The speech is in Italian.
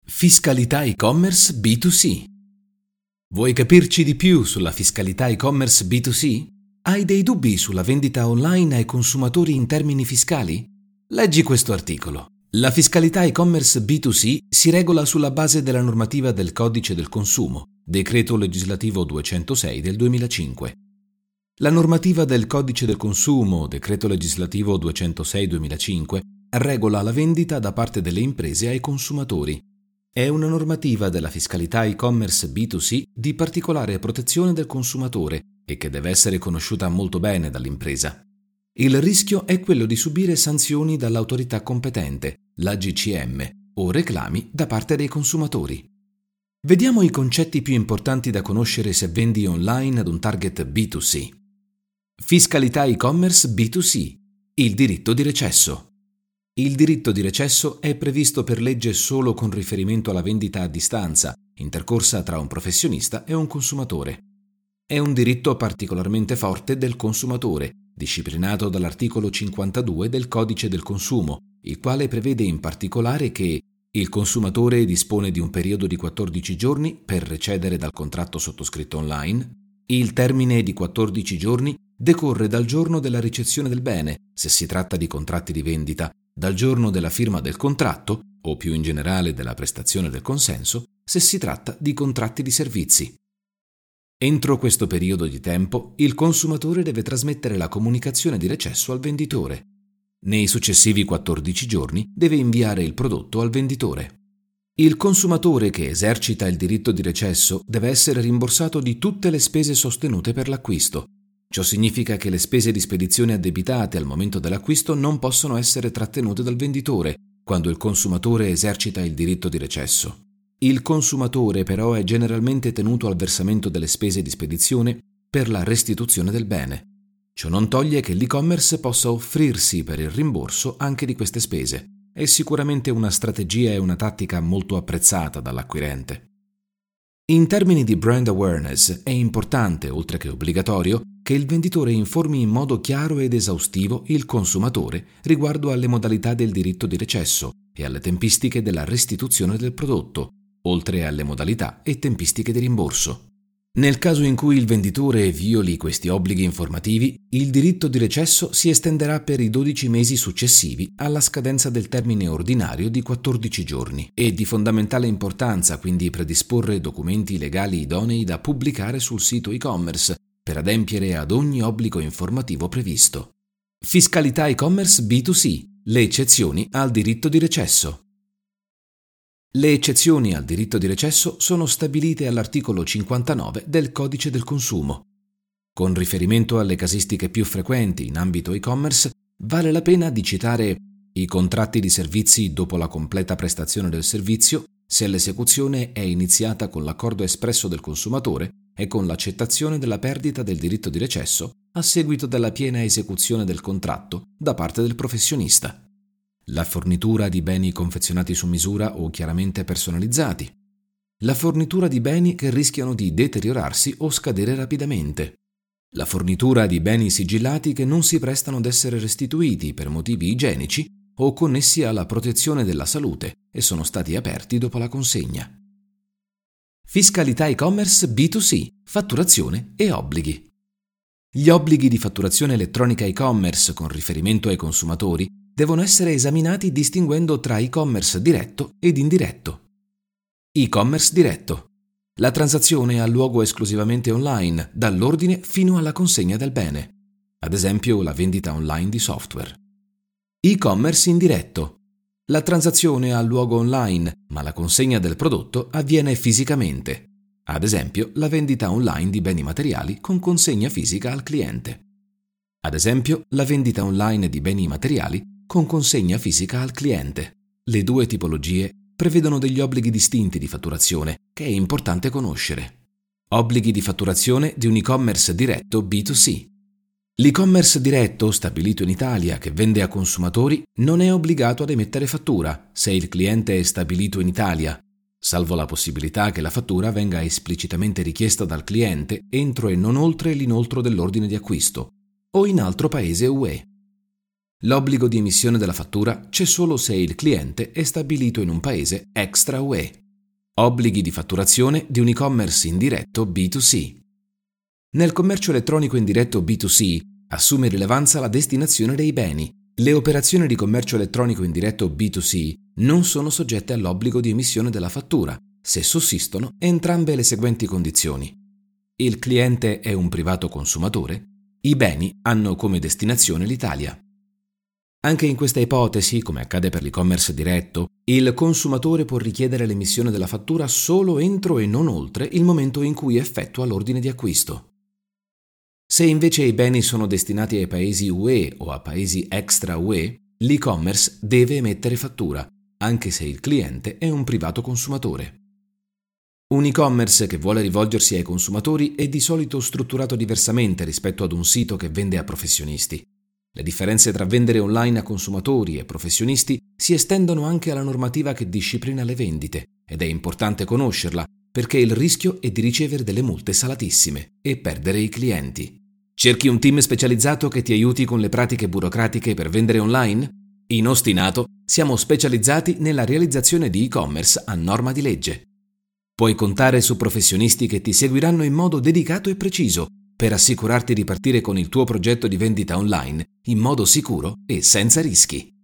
Fiscalità e-commerce B2C. Vuoi capirci di più sulla fiscalità e-commerce B2C? Hai dei dubbi sulla vendita online ai consumatori in termini fiscali? Leggi questo articolo. La fiscalità e-commerce B2C si regola sulla base della normativa del Codice del Consumo, Decreto Legislativo 206 del 2005. La normativa del Codice del Consumo, Decreto Legislativo 206-2005, regola la vendita da parte delle imprese ai consumatori. È una normativa della fiscalità e-commerce B2C di particolare protezione del consumatore e che deve essere conosciuta molto bene dall'impresa. Il rischio è quello di subire sanzioni dall'autorità competente, la GCM, o reclami da parte dei consumatori. Vediamo i concetti più importanti da conoscere se vendi online ad un target B2C. Fiscalità e-commerce B2C. Il diritto di recesso. Il diritto di recesso è previsto per legge solo con riferimento alla vendita a distanza, intercorsa tra un professionista e un consumatore. È un diritto particolarmente forte del consumatore, disciplinato dall'articolo 52 del Codice del Consumo, il quale prevede in particolare che il consumatore dispone di un periodo di 14 giorni per recedere dal contratto sottoscritto online. Il termine di 14 giorni decorre dal giorno della ricezione del bene, se si tratta di contratti di vendita, dal giorno della firma del contratto, o più in generale della prestazione del consenso, se si tratta di contratti di servizi. Entro questo periodo di tempo, il consumatore deve trasmettere la comunicazione di recesso al venditore. Nei successivi 14 giorni deve inviare il prodotto al venditore. Il consumatore che esercita il diritto di recesso deve essere rimborsato di tutte le spese sostenute per l'acquisto. Ciò significa che le spese di spedizione addebitate al momento dell'acquisto non possono essere trattenute dal venditore quando il consumatore esercita il diritto di recesso. Il consumatore però è generalmente tenuto al versamento delle spese di spedizione per la restituzione del bene. Ciò non toglie che l'e-commerce possa offrirsi per il rimborso anche di queste spese. È sicuramente una strategia e una tattica molto apprezzata dall'acquirente. In termini di brand awareness è importante, oltre che obbligatorio, che il venditore informi in modo chiaro ed esaustivo il consumatore riguardo alle modalità del diritto di recesso e alle tempistiche della restituzione del prodotto, oltre alle modalità e tempistiche di rimborso. Nel caso in cui il venditore violi questi obblighi informativi, il diritto di recesso si estenderà per i 12 mesi successivi alla scadenza del termine ordinario di 14 giorni. È di fondamentale importanza quindi predisporre documenti legali idonei da pubblicare sul sito e-commerce per adempiere ad ogni obbligo informativo previsto. Fiscalità e-commerce B2C. Le eccezioni al diritto di recesso. Le eccezioni al diritto di recesso sono stabilite all'articolo 59 del Codice del Consumo. Con riferimento alle casistiche più frequenti in ambito e-commerce, vale la pena di citare i contratti di servizi dopo la completa prestazione del servizio, se l'esecuzione è iniziata con l'accordo espresso del consumatore e con l'accettazione della perdita del diritto di recesso a seguito della piena esecuzione del contratto da parte del professionista. La fornitura di beni confezionati su misura o chiaramente personalizzati. La fornitura di beni che rischiano di deteriorarsi o scadere rapidamente. La fornitura di beni sigillati che non si prestano ad essere restituiti per motivi igienici o connessi alla protezione della salute e sono stati aperti dopo la consegna. Fiscalità e-commerce B2C, fatturazione e obblighi. Gli obblighi di fatturazione elettronica e-commerce con riferimento ai consumatori devono essere esaminati distinguendo tra e-commerce diretto ed indiretto. E-commerce diretto. La transazione ha luogo esclusivamente online, dall'ordine fino alla consegna del bene, ad esempio la vendita online di software. E-commerce indiretto. La transazione ha luogo online, ma la consegna del prodotto avviene fisicamente, ad esempio la vendita online di beni materiali con consegna fisica al cliente. Ad esempio la vendita online di beni materiali con consegna fisica al cliente. Le due tipologie prevedono degli obblighi distinti di fatturazione che è importante conoscere. Obblighi di fatturazione di un e-commerce diretto B2C. L'e-commerce diretto, stabilito in Italia, che vende a consumatori, non è obbligato ad emettere fattura se il cliente è stabilito in Italia, salvo la possibilità che la fattura venga esplicitamente richiesta dal cliente entro e non oltre l'inoltro dell'ordine di acquisto, o in altro paese UE. L'obbligo di emissione della fattura c'è solo se il cliente è stabilito in un paese extra UE. Obblighi di fatturazione di un e-commerce indiretto B2C. Nel commercio elettronico indiretto B2C assume rilevanza la destinazione dei beni. Le operazioni di commercio elettronico indiretto B2C non sono soggette all'obbligo di emissione della fattura, se sussistono entrambe le seguenti condizioni. Il cliente è un privato consumatore, i beni hanno come destinazione l'Italia. Anche in questa ipotesi, come accade per l'e-commerce diretto, il consumatore può richiedere l'emissione della fattura solo entro e non oltre il momento in cui effettua l'ordine di acquisto. Se invece i beni sono destinati ai paesi UE o a paesi extra UE, l'e-commerce deve emettere fattura, anche se il cliente è un privato consumatore. Un e-commerce che vuole rivolgersi ai consumatori è di solito strutturato diversamente rispetto ad un sito che vende a professionisti. Le differenze tra vendere online a consumatori e professionisti si estendono anche alla normativa che disciplina le vendite, ed è importante conoscerla perché il rischio è di ricevere delle multe salatissime e perdere i clienti. Cerchi un team specializzato che ti aiuti con le pratiche burocratiche per vendere online? In Ostinato siamo specializzati nella realizzazione di e-commerce a norma di legge. Puoi contare su professionisti che ti seguiranno in modo dedicato e preciso per assicurarti di partire con il tuo progetto di vendita online in modo sicuro e senza rischi.